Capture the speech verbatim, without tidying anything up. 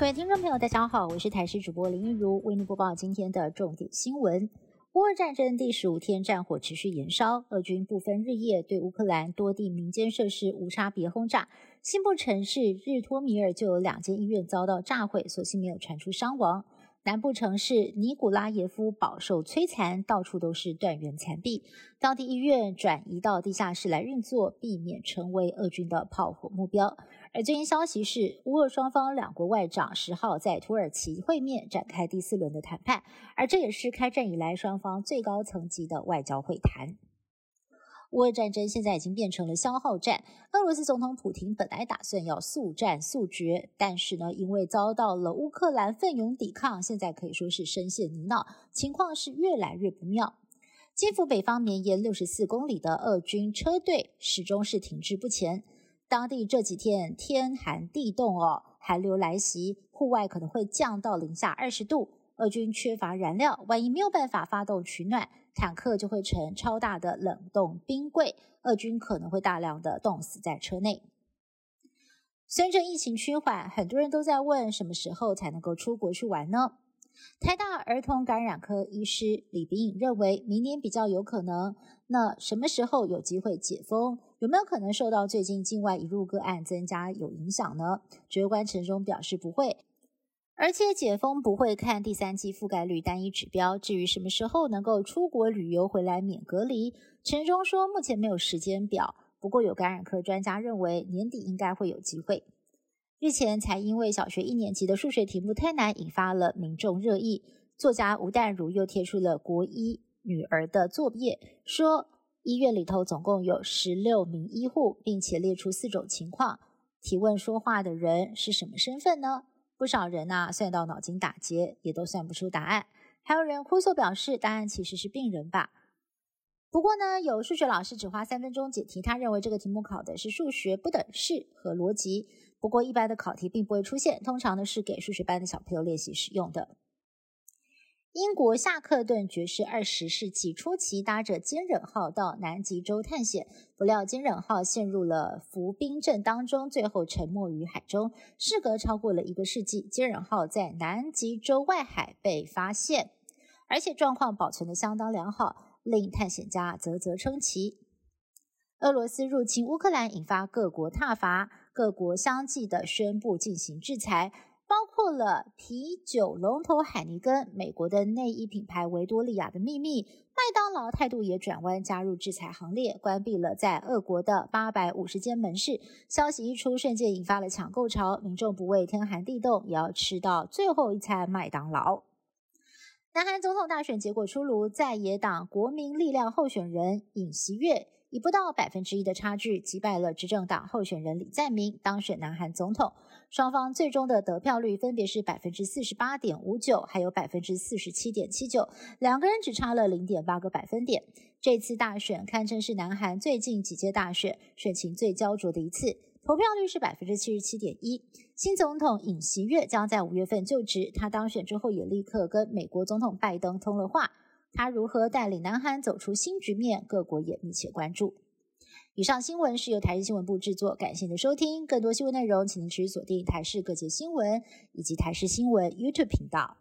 各位听众朋友大家好，我是台视主播林一如，为您播报今天的重点新闻。乌俄战争第十五天，战火持续延烧，俄军不分日夜对乌克兰多地民间设施无差别轰炸，西部城市日托米尔就有两间医院遭到炸毁，所幸没有传出伤亡。南部城市尼古拉耶夫饱受摧残，到处都是断垣残壁，当地医院转移到地下室来运作，避免成为俄军的炮火目标。而最新消息是，乌俄双方两国外长十号在土耳其会面，展开第四轮的谈判，而这也是开战以来双方最高层级的外交会谈。乌俄战争现在已经变成了消耗战，俄罗斯总统普廷本来打算要速战速决，但是呢，因为遭到了乌克兰奋勇抵抗，现在可以说是深陷泥淖，情况是越来越不妙。基辅北方绵延六十四公里的俄军车队始终是停滞不前，当地这几天天寒地冻哦，寒流来袭，户外可能会降到零下二十度，俄军缺乏燃料，万一没有办法发动取暖，坦克就会成超大的冷冻冰柜，俄军可能会大量的冻死在车内。随着疫情趋缓，很多人都在问什么时候才能够出国去玩呢？台大儿童感染科医师李秉颖认为明年比较有可能，那什么时候有机会解封？有没有可能受到最近境外移入个案增加有影响呢？指挥官陈忠表示不会，而且解封不会看第三季覆盖率单一指标，至于什么时候能够出国旅游回来免隔离，陈忠说目前没有时间表，不过有感染科专家认为年底应该会有机会。日前才因为小学一年级的数学题目太难引发了民众热议，作家吴淡如又贴出了国一女儿的作业，说医院里头总共有十六名医护，并且列出四种情况，提问说话的人是什么身份呢？不少人啊算到脑筋打结，也都算不出答案，还有人哭诉表示答案其实是病人吧。不过呢，有数学老师只花三分钟解题，他认为这个题目考的是数学不等式和逻辑，不过一般的考题并不会出现，通常呢是给数学班的小朋友练习使用的。英国夏克顿爵士二十世纪初期搭着坚忍号到南极洲探险，不料坚忍号陷入了浮冰阵当中，最后沉没于海中。事隔超过了一个世纪，坚忍号在南极洲外海被发现，而且状况保存得相当良好，令探险家啧啧称奇。俄罗斯入侵乌克兰引发各国挞伐，各国相继的宣布进行制裁，包括了啤酒龙头海尼根、美国的内衣品牌维多利亚的秘密，麦当劳态度也转弯，加入制裁行列，关闭了在俄国的八百五十间门市。消息一出，瞬间引发了抢购潮，民众不畏天寒地冻，也要吃到最后一餐麦当劳。南韩总统大选结果出炉，在野党国民力量候选人尹锡悦以不到百分之一的差距击败了执政党候选人李在明，当选南韩总统。双方最终的得票率分别是 百分之四十八点五九 还有 百分之四十七点七九， 两个人只差了 零点八个百分点。这次大选堪称是南韩最近几届大选选情最焦灼的一次，投票率是 百分之七十七点一。 新总统尹锡悦将在五月份就职，他当选之后也立刻跟美国总统拜登通了话，他如何带领南韩走出新局面，各国也密切关注。以上新闻是由台视新闻部制作，感谢您的收听，更多新闻内容请您持续锁定台视各节新闻以及台视新闻 YouTube 频道。